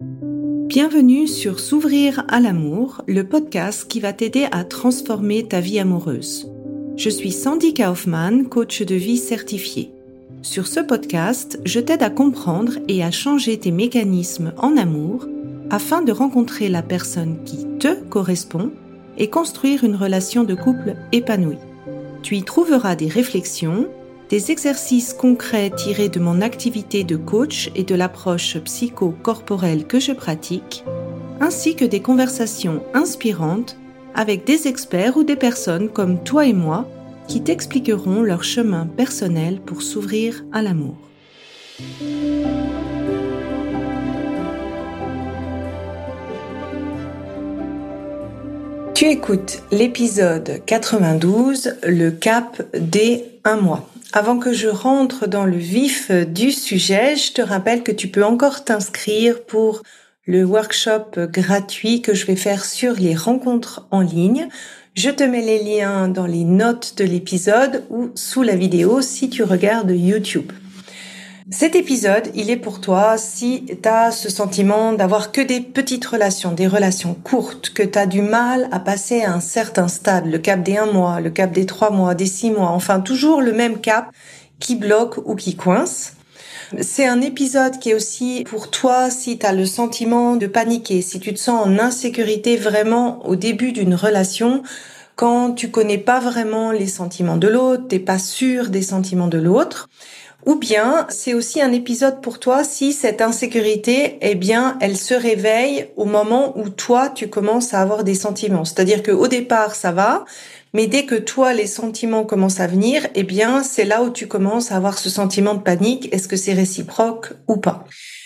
Bienvenue sur S'ouvrir à l'amour, le podcast qui va t'aider à transformer ta vie amoureuse. Je suis Sandy Kaufmann, coach de vie certifiée. Sur ce podcast, je t'aide à comprendre et à changer tes mécanismes en amour afin de rencontrer la personne qui te correspond et construire une relation de couple épanouie. Tu y trouveras des réflexions, des exercices concrets tirés de mon activité de coach et de l'approche psycho-corporelle que je pratique, ainsi que des conversations inspirantes avec des experts ou des personnes comme toi et moi qui t'expliqueront leur chemin personnel pour s'ouvrir à l'amour. Tu écoutes l'épisode 92, le cap des 1 mois. Avant que je rentre dans le vif du sujet, je te rappelle que tu peux encore t'inscrire pour le workshop gratuit que je vais faire sur les rencontres en ligne. Je te mets les liens dans les notes de l'épisode ou sous la vidéo si tu regardes YouTube. Cet épisode, il est pour toi si tu as ce sentiment d'avoir que des petites relations, des relations courtes, que tu as du mal à passer à un certain stade, le cap des 1 mois, le cap des 3 mois, des 6 mois, enfin toujours le même cap qui bloque ou qui coince. C'est un épisode qui est aussi pour toi si tu as le sentiment de paniquer, si tu te sens en insécurité vraiment au début d'une relation, quand tu connais pas vraiment les sentiments de l'autre, t'es pas sûr des sentiments de l'autre. Ou bien, c'est aussi un épisode pour toi si cette insécurité, elle se réveille au moment où toi, tu commences à avoir des sentiments. C'est-à-dire qu'au départ, ça va, mais dès que toi, les sentiments commencent à venir, c'est là où tu commences à avoir ce sentiment de panique. Est-ce que c'est réciproque ou pas?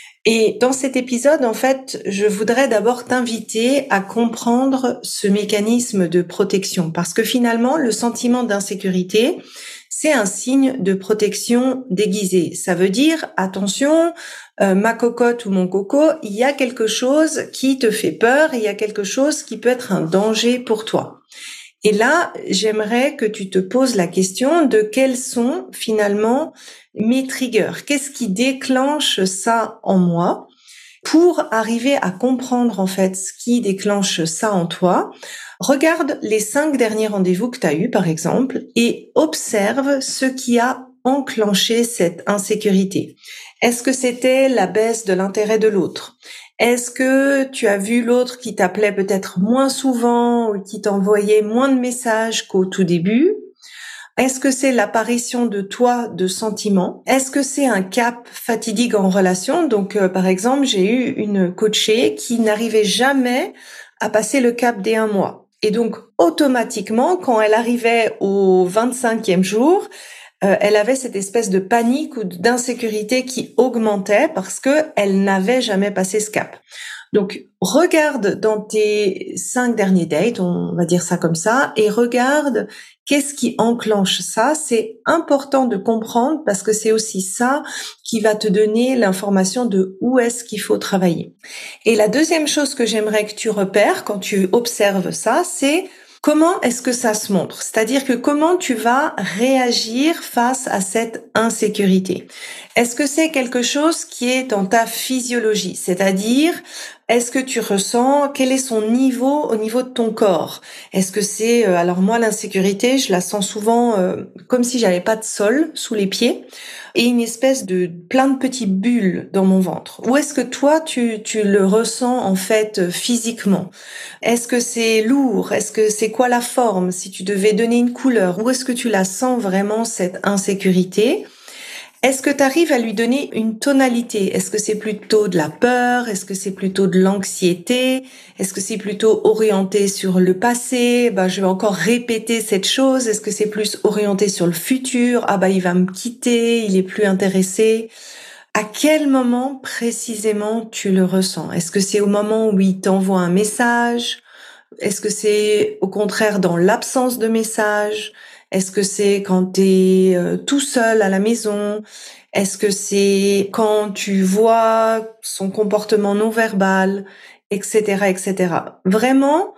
Et dans cet épisode, en fait, je voudrais d'abord t'inviter à comprendre ce mécanisme de protection. Parce que finalement, le sentiment d'insécurité, c'est un signe de protection déguisée. Ça veut dire, attention, ma cocotte ou mon coco, il y a quelque chose qui te fait peur, il y a quelque chose qui peut être un danger pour toi. Et là, j'aimerais que tu te poses la question de quels sont finalement mes triggers. Qu'est-ce qui déclenche ça en moi? Pour arriver à comprendre en fait ce qui déclenche ça en toi, regarde les 5 derniers rendez-vous que tu as eus par exemple et observe ce qui a enclenché cette insécurité. Est-ce que c'était la baisse de l'intérêt de l'autre? Est-ce que tu as vu l'autre qui t'appelait peut-être moins souvent ou qui t'envoyait moins de messages qu'au tout début? Est-ce que c'est l'apparition de toi de sentiments? Est-ce que c'est un cap fatidique en relation? Donc, par exemple, j'ai eu une coachée qui n'arrivait jamais à passer le cap des 1 mois. Et donc, automatiquement, quand elle arrivait au 25e jour, elle avait cette espèce de panique ou d'insécurité qui augmentait parce que elle n'avait jamais passé ce cap. Donc, regarde dans tes 5 derniers dates, on va dire ça comme ça, et regarde qu'est-ce qui enclenche ça. C'est important de comprendre parce que c'est aussi ça qui va te donner l'information de où est-ce qu'il faut travailler. Et la deuxième chose que j'aimerais que tu repères quand tu observes ça, c'est comment est-ce que ça se montre? C'est-à-dire que comment tu vas réagir face à cette insécurité? Est-ce que c'est quelque chose qui est dans ta physiologie? C'est-à-dire, est-ce que tu ressens, quel est son niveau au niveau de ton corps? Est-ce que c'est, alors moi l'insécurité, je la sens souvent comme si j'avais pas de sol sous les pieds et une espèce de plein de petites bulles dans mon ventre. Ou est-ce que toi tu le ressens en fait physiquement? Est-ce que c'est lourd? Est-ce que c'est quoi la forme? Si tu devais donner une couleur, où est-ce que tu la sens vraiment cette insécurité? Est-ce que tu arrives à lui donner une tonalité? Est-ce que c'est plutôt de la peur? Est-ce que c'est plutôt de l'anxiété? Est-ce que c'est plutôt orienté sur le passé? Je vais encore répéter cette chose. Est-ce que c'est plus orienté sur le futur? Il va me quitter, il est plus intéressé. À quel moment précisément tu le ressens? Est-ce que c'est au moment où il t'envoie un message? Est-ce que c'est au contraire dans l'absence de message? Est-ce que c'est quand tu es tout seul à la maison? Est-ce que c'est quand tu vois son comportement non verbal, etc., etc. Vraiment,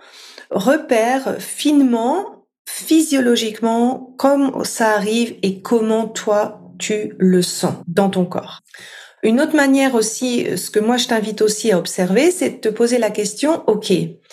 repère finement, physiologiquement, comme ça arrive et comment toi tu le sens dans ton corps. Une autre manière aussi, ce que moi je t'invite aussi à observer, c'est de te poser la question, ok,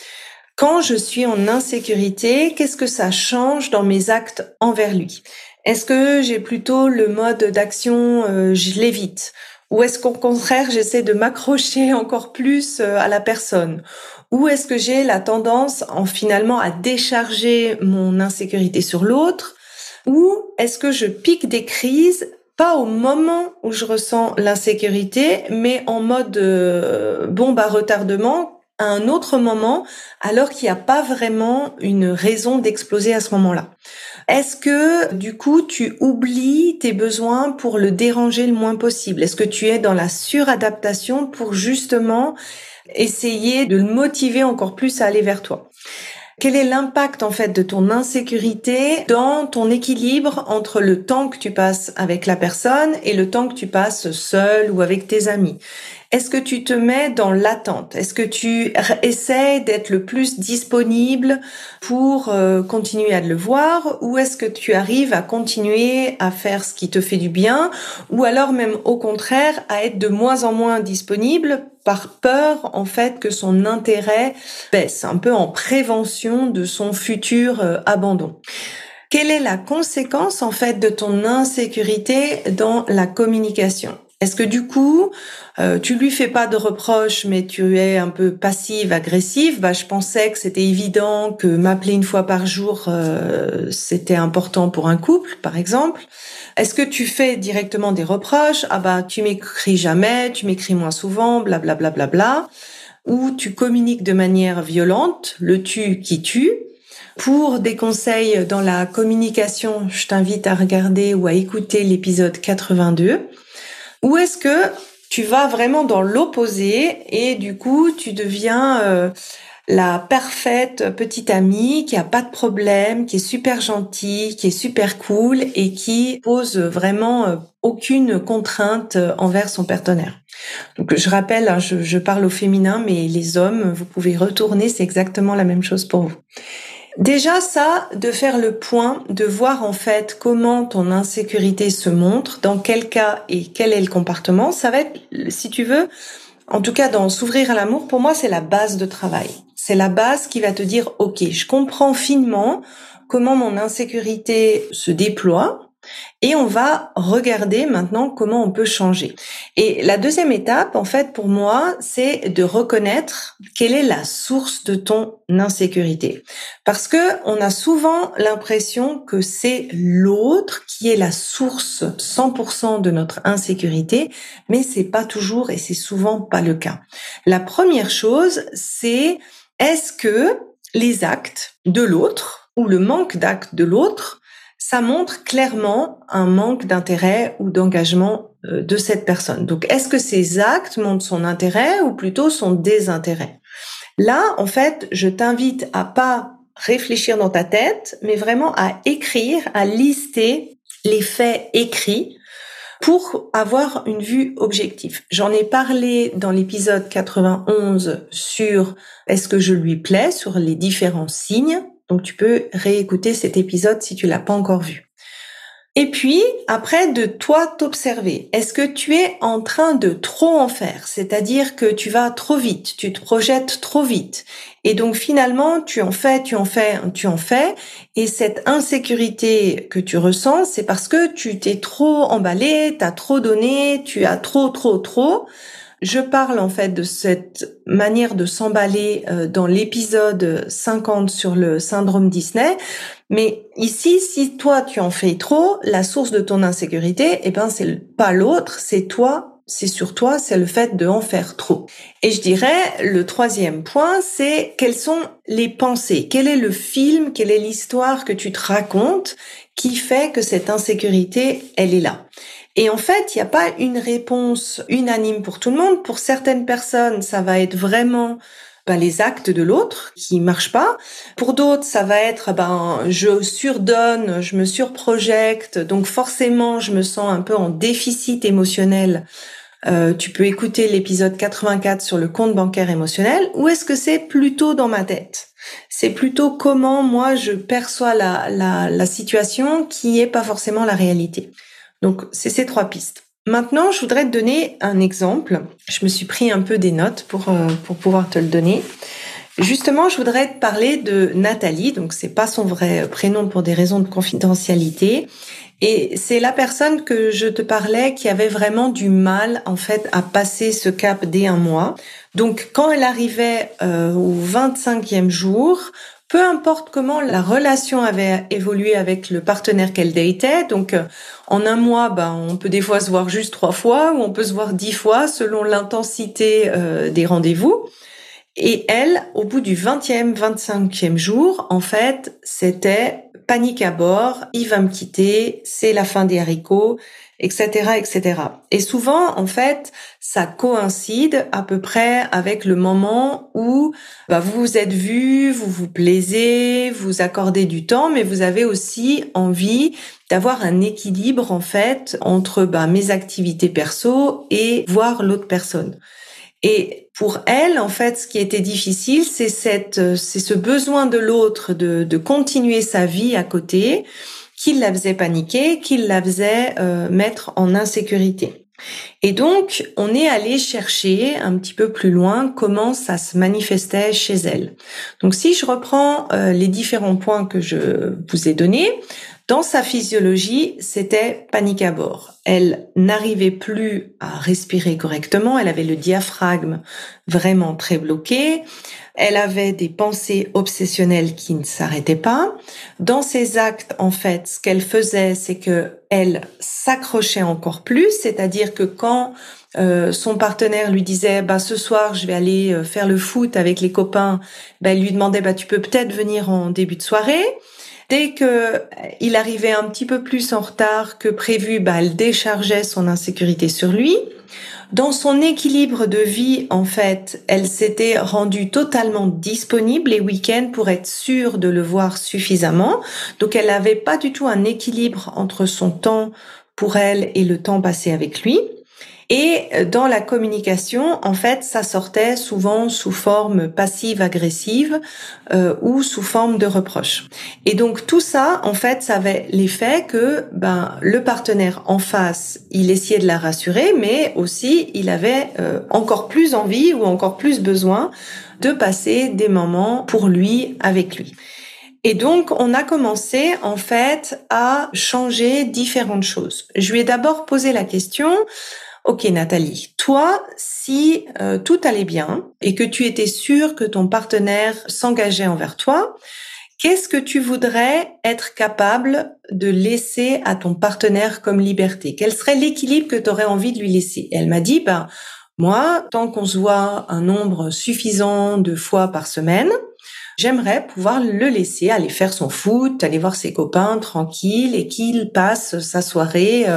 quand je suis en insécurité, qu'est-ce que ça change dans mes actes envers lui? Est-ce que j'ai plutôt le mode d'action, je l'évite? Ou est-ce qu'au contraire, j'essaie de m'accrocher encore plus à la personne? Ou est-ce que j'ai la tendance, finalement, à décharger mon insécurité sur l'autre? Ou est-ce que je pique des crises, pas au moment où je ressens l'insécurité, mais en mode bombe à retardement, à un autre moment, alors qu'il n'y a pas vraiment une raison d'exploser à ce moment-là. Est-ce que, du coup, tu oublies tes besoins pour le déranger le moins possible? Est-ce que tu es dans la suradaptation pour justement essayer de le motiver encore plus à aller vers toi? Quel est l'impact en fait de ton insécurité dans ton équilibre entre le temps que tu passes avec la personne et le temps que tu passes seul ou avec tes amis? Est-ce que tu te mets dans l'attente? Est-ce que tu essaies d'être le plus disponible pour continuer à le voir? Ou est-ce que tu arrives à continuer à faire ce qui te fait du bien? Ou alors même au contraire à être de moins en moins disponible par peur en fait que son intérêt baisse, un peu en prévention de son futur abandon? Quelle est la conséquence en fait de ton insécurité dans la communication? Est-ce que du coup, tu lui fais pas de reproches, mais tu es un peu passive, agressive? Je pensais que c'était évident que m'appeler une fois par jour, c'était important pour un couple, par exemple. Est-ce que tu fais directement des reproches? Tu m'écris jamais, tu m'écris moins souvent, blablabla, bla, bla, bla, bla. Ou tu communiques de manière violente, le tu qui tue. Pour des conseils dans la communication, je t'invite à regarder ou à écouter l'épisode 82. Ou est-ce que tu vas vraiment dans l'opposé et du coup, tu deviens la parfaite petite amie qui a pas de problème, qui est super gentille, qui est super cool et qui pose vraiment aucune contrainte envers son partenaire. Donc je rappelle, je parle au féminin, mais les hommes, vous pouvez retourner, c'est exactement la même chose pour vous. Déjà ça, de faire le point, de voir en fait comment ton insécurité se montre, dans quel cas et quel est le comportement, ça va être, si tu veux, en tout cas dans s'ouvrir à l'amour, pour moi c'est la base de travail. C'est la base qui va te dire, ok, je comprends finement comment mon insécurité se déploie, et on va regarder maintenant comment on peut changer. Et la deuxième étape, en fait, pour moi, c'est de reconnaître quelle est la source de ton insécurité. Parce que on a souvent l'impression que c'est l'autre qui est la source 100% de notre insécurité, mais c'est pas toujours et c'est souvent pas le cas. La première chose, c'est est-ce que les actes de l'autre ou le manque d'actes de l'autre, ça montre clairement un manque d'intérêt ou d'engagement de cette personne. Donc, est-ce que ces actes montrent son intérêt ou plutôt son désintérêt? Là, en fait, je t'invite à pas réfléchir dans ta tête, mais vraiment à écrire, à lister les faits écrits pour avoir une vue objective. J'en ai parlé dans l'épisode 91 sur est-ce que je lui plais, sur les différents signes. Donc, tu peux réécouter cet épisode si tu l'as pas encore vu. Et puis, après, de toi t'observer. Est-ce que tu es en train de trop en faire? C'est-à-dire que tu vas trop vite, tu te projettes trop vite. Et donc, finalement, tu en fais. Et cette insécurité que tu ressens, c'est parce que tu t'es trop emballé, t'as trop donné, tu as trop. Je parle en fait de cette manière de s'emballer dans l'épisode 50 sur le syndrome Disney. Mais ici, si toi tu en fais trop, la source de ton insécurité, c'est pas l'autre, c'est toi, c'est sur toi, c'est le fait de en faire trop. Et je dirais, le troisième point, c'est quelles sont les pensées, quel est le film, quelle est l'histoire que tu te racontes qui fait que cette insécurité, elle est là. Et en fait, il n'y a pas une réponse unanime pour tout le monde. Pour certaines personnes, ça va être vraiment les actes de l'autre qui marchent pas. Pour d'autres, ça va être je surdonne, je me surprojecte, donc forcément, je me sens un peu en déficit émotionnel. Tu peux écouter l'épisode 84 sur le compte bancaire émotionnel. Ou est-ce que c'est plutôt dans ma tête? C'est plutôt comment moi je perçois la situation qui est pas forcément la réalité. Donc, c'est ces trois pistes. Maintenant, je voudrais te donner un exemple. Je me suis pris un peu des notes pour pouvoir te le donner. Justement, je voudrais te parler de Nathalie. Donc, c'est pas son vrai prénom pour des raisons de confidentialité. Et c'est la personne que je te parlais qui avait vraiment du mal, en fait, à passer ce cap des 1 mois. Donc, quand elle arrivait au 25e jour, peu importe comment la relation avait évolué avec le partenaire qu'elle datait, donc en 1 mois, on peut des fois se voir juste 3 fois ou on peut se voir 10 fois selon l'intensité des rendez-vous. Et elle, au bout du 20e, 25e jour, en fait, c'était panique à bord, il va me quitter, c'est la fin des haricots, etc., etc. Et souvent, en fait, ça coïncide à peu près avec le moment où vous vous êtes vus, vous vous plaisez, vous accordez du temps, mais vous avez aussi envie d'avoir un équilibre, en fait, entre mes activités perso et voir l'autre personne. Et pour elle, en fait, ce qui était difficile, c'est ce besoin de l'autre de continuer sa vie à côté, qui la faisait paniquer, qui la faisait mettre en insécurité. Et donc, on est allé chercher un petit peu plus loin comment ça se manifestait chez elle. Donc, si je reprends les différents points que je vous ai donnés, dans sa physiologie, c'était panique à bord. Elle n'arrivait plus à respirer correctement, elle avait le diaphragme vraiment très bloqué, elle avait des pensées obsessionnelles qui ne s'arrêtaient pas. Dans ses actes, en fait, ce qu'elle faisait, c'est que elle s'accrochait encore plus, c'est-à-dire que quand son partenaire lui disait ce soir je vais aller faire le foot avec les copains, elle lui demandait tu peux peut-être venir en début de soirée. Dès que il arrivait un petit peu plus en retard que prévu, elle déchargeait son insécurité sur lui. Dans son équilibre de vie, en fait, elle s'était rendue totalement disponible les week-ends pour être sûre de le voir suffisamment. Donc, elle n'avait pas du tout un équilibre entre son temps pour elle et le temps passé avec lui. Et dans la communication, en fait, ça sortait souvent sous forme passive-agressive ou sous forme de reproche. Et donc tout ça, en fait, ça avait l'effet que le partenaire en face, il essayait de la rassurer, mais aussi il avait encore plus envie ou encore plus besoin de passer des moments pour lui, avec lui. Et donc, on a commencé, en fait, à changer différentes choses. Je lui ai d'abord posé la question: ok Nathalie, toi, si tout allait bien et que tu étais sûre que ton partenaire s'engageait envers toi, qu'est-ce que tu voudrais être capable de laisser à ton partenaire comme liberté? Quel serait l'équilibre que tu aurais envie de lui laisser? Et elle m'a dit, moi, tant qu'on se voit un nombre suffisant de fois par semaine, j'aimerais pouvoir le laisser aller faire son foot, aller voir ses copains tranquille et qu'il passe sa soirée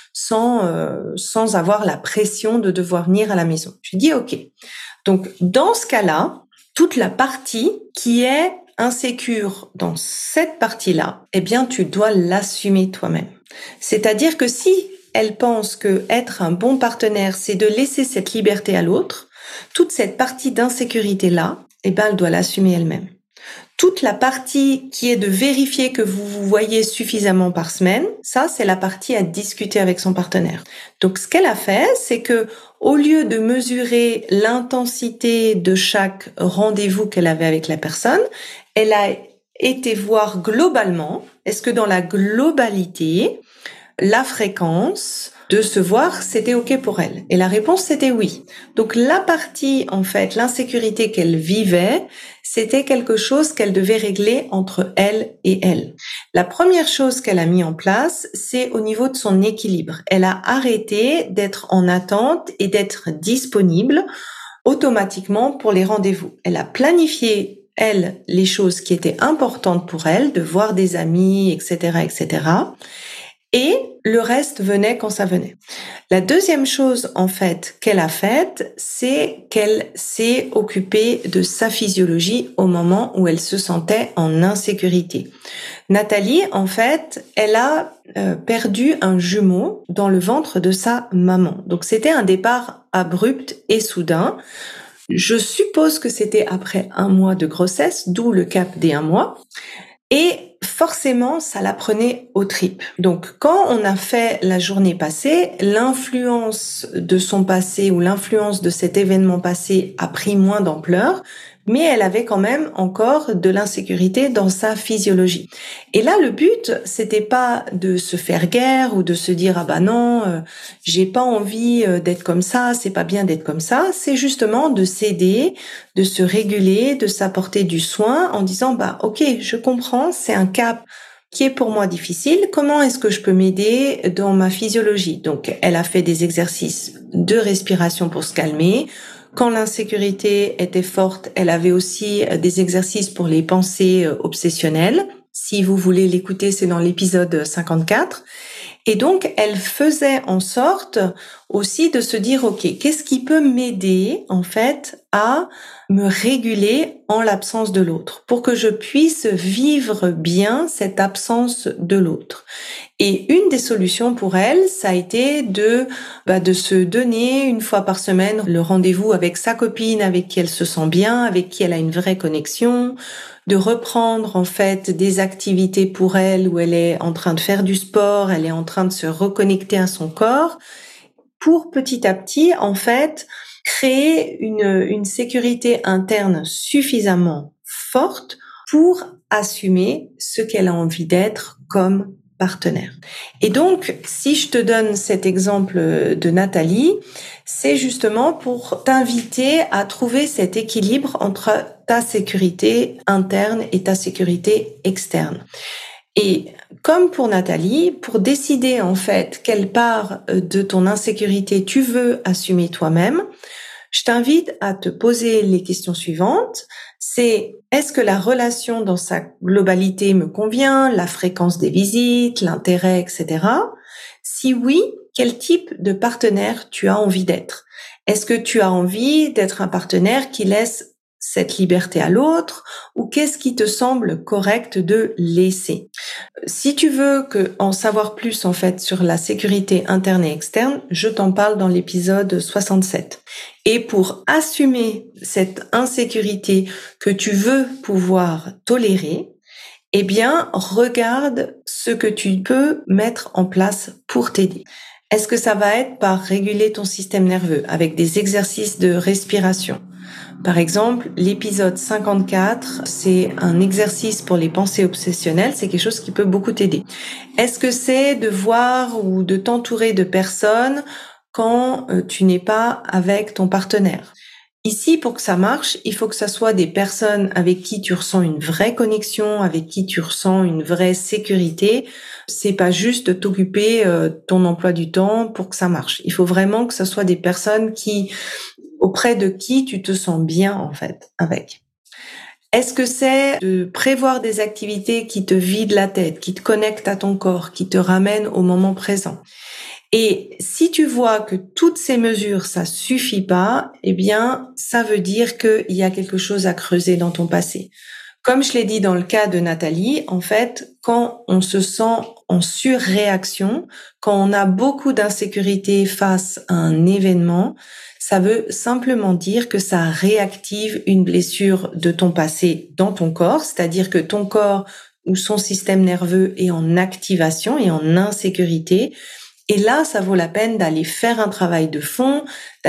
sans avoir la pression de devoir venir à la maison. Je dis ok. Donc dans ce cas-là, toute la partie qui est insécure dans cette partie-là, tu dois l'assumer toi-même. C'est-à-dire que si elle pense que être un bon partenaire, c'est de laisser cette liberté à l'autre, toute cette partie d'insécurité-là, elle doit l'assumer elle-même. Toute la partie qui est de vérifier que vous vous voyez suffisamment par semaine, ça, c'est la partie à discuter avec son partenaire. Donc, ce qu'elle a fait, c'est que, au lieu de mesurer l'intensité de chaque rendez-vous qu'elle avait avec la personne, elle a été voir globalement, est-ce que dans la globalité, la fréquence de se voir, c'était OK pour elle. Et la réponse, c'était oui. Donc la partie, en fait, l'insécurité qu'elle vivait, c'était quelque chose qu'elle devait régler entre elle et elle. La première chose qu'elle a mis en place, c'est au niveau de son équilibre. Elle a arrêté d'être en attente et d'être disponible automatiquement pour les rendez-vous. Elle a planifié elle, les choses qui étaient importantes pour elle, de voir des amis, etc., etc., et le reste venait quand ça venait. La deuxième chose, en fait, qu'elle a faite, c'est qu'elle s'est occupée de sa physiologie au moment où elle se sentait en insécurité. Nathalie, en fait, elle a perdu un jumeau dans le ventre de sa maman. Donc, c'était un départ abrupt et soudain. Je suppose que c'était après 1 mois de grossesse, d'où le cap des 1 mois. Et forcément, ça la prenait aux tripes. Donc, quand on a fait la journée passée, l'influence de son passé ou l'influence de cet événement passé a pris moins d'ampleur, mais elle avait quand même encore de l'insécurité dans sa physiologie. Et là, le but, c'était pas de se faire guerre ou de se dire, ah bah non, j'ai pas envie d'être comme ça, c'est pas bien d'être comme ça. C'est justement de s'aider, de se réguler, de s'apporter du soin en disant, bah, ok, je comprends, c'est un cap qui est pour moi difficile. Comment est-ce que je peux m'aider dans ma physiologie? Donc, elle a fait des exercices de respiration pour se calmer. Quand l'insécurité était forte, elle avait aussi des exercices pour les pensées obsessionnelles. Si vous voulez l'écouter, c'est dans l'épisode 54. Et donc, elle faisait en sorte aussi de se dire, OK, qu'est-ce qui peut m'aider, en fait, à me réguler en l'absence de l'autre, pour que je puisse vivre bien cette absence de l'autre. Et une des solutions pour elle, ça a été de se donner une fois par semaine le rendez-vous avec sa copine, avec qui elle se sent bien, avec qui elle a une vraie connexion, de reprendre en fait des activités pour elle où elle est en train de faire du sport, elle est en train de se reconnecter à son corps, pour petit à petit en fait créer une sécurité interne suffisamment forte pour assumer ce qu'elle a envie d'être comme partenaire. Et donc, si je te donne cet exemple de Nathalie, c'est justement pour t'inviter à trouver cet équilibre entre ta sécurité interne et ta sécurité externe. Et comme pour Nathalie, pour décider en fait quelle part de ton insécurité tu veux assumer toi-même, je t'invite à te poser les questions suivantes. C'est, est-ce que la relation dans sa globalité me convient, la fréquence des visites, l'intérêt, etc. Si oui, quel type de partenaire tu as envie d'être? Est-ce que tu as envie d'être un partenaire qui laisse cette liberté à l'autre, ou qu'est-ce qui te semble correct de laisser? Si tu veux en savoir plus en fait sur la sécurité interne et externe, je t'en parle dans l'épisode 67. Et pour assumer cette insécurité que tu veux pouvoir tolérer, eh bien, regarde ce que tu peux mettre en place pour t'aider. Est-ce que ça va être par réguler ton système nerveux avec des exercices de respiration? Par exemple, l'épisode 54, c'est un exercice pour les pensées obsessionnelles, c'est quelque chose qui peut beaucoup t'aider. Est-ce que c'est de voir ou de t'entourer de personnes quand tu n'es pas avec ton partenaire? Ici, pour que ça marche, il faut que ça soit des personnes avec qui tu ressens une vraie connexion, avec qui tu ressens une vraie sécurité. C'est pas juste t'occuper ton emploi du temps pour que ça marche. Il faut vraiment que ça soit des personnes auprès de qui tu te sens bien, en fait, avec. Est-ce que c'est de prévoir des activités qui te vident la tête, qui te connectent à ton corps, qui te ramènent au moment présent? Et si tu vois que toutes ces mesures, ça suffit pas, eh bien, ça veut dire qu'il y a quelque chose à creuser dans ton passé. Comme je l'ai dit dans le cas de Nathalie, en fait, quand on se sent en surréaction, quand on a beaucoup d'insécurité face à un événement, ça veut simplement dire que ça réactive une blessure de ton passé dans ton corps, c'est-à-dire que ton corps ou son système nerveux est en activation et en insécurité. Et là, ça vaut la peine d'aller faire un travail de fond,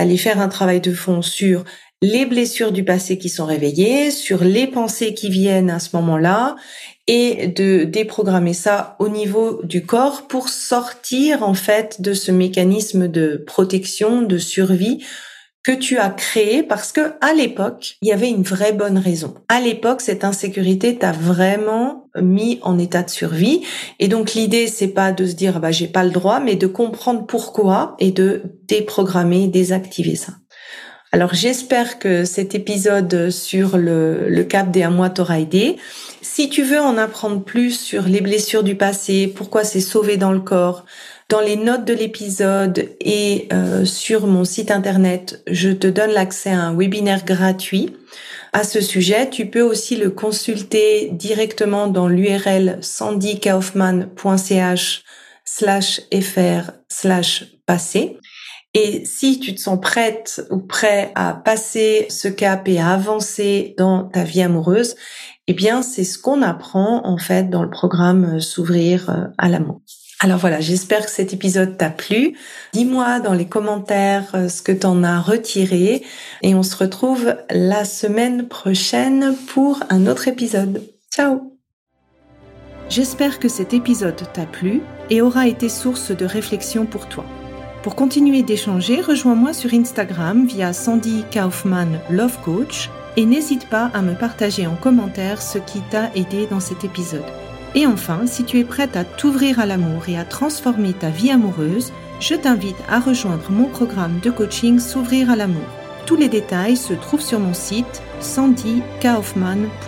sur les blessures du passé qui sont réveillées, sur les pensées qui viennent à ce moment-là, et de déprogrammer ça au niveau du corps pour sortir, en fait, de ce mécanisme de protection, de survie que tu as créé parce que à l'époque, il y avait une vraie bonne raison. À l'époque, cette insécurité t'a vraiment mis en état de survie. Et donc, l'idée, c'est pas de se dire, j'ai pas le droit, mais de comprendre pourquoi et de déprogrammer, désactiver ça. Alors, j'espère que cet épisode sur le cap des 1 mois t'aura aidé. Si tu veux en apprendre plus sur les blessures du passé, pourquoi c'est sauvé dans le corps, dans les notes de l'épisode et sur mon site internet, je te donne l'accès à un webinaire gratuit à ce sujet. Tu peux aussi le consulter directement dans l'URL sandykaufman.ch/fr/passé. Et si tu te sens prête ou prêt à passer ce cap et à avancer dans ta vie amoureuse, eh bien, c'est ce qu'on apprend en fait dans le programme S'ouvrir à l'amour. Alors voilà, j'espère que cet épisode t'a plu. Dis-moi dans les commentaires ce que t'en as retiré et on se retrouve la semaine prochaine pour un autre épisode. Ciao! J'espère que cet épisode t'a plu et aura été source de réflexion pour toi. Pour continuer d'échanger, rejoins-moi sur Instagram via Sandy Kaufman Love Coach et n'hésite pas à me partager en commentaire ce qui t'a aidé dans cet épisode. Et enfin, si tu es prête à t'ouvrir à l'amour et à transformer ta vie amoureuse, je t'invite à rejoindre mon programme de coaching S'ouvrir à l'amour. Tous les détails se trouvent sur mon site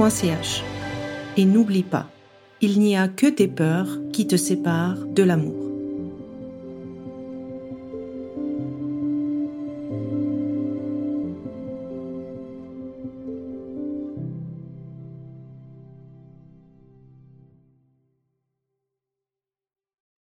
sandykaufman.ch. Et n'oublie pas, il n'y a que tes peurs qui te séparent de l'amour.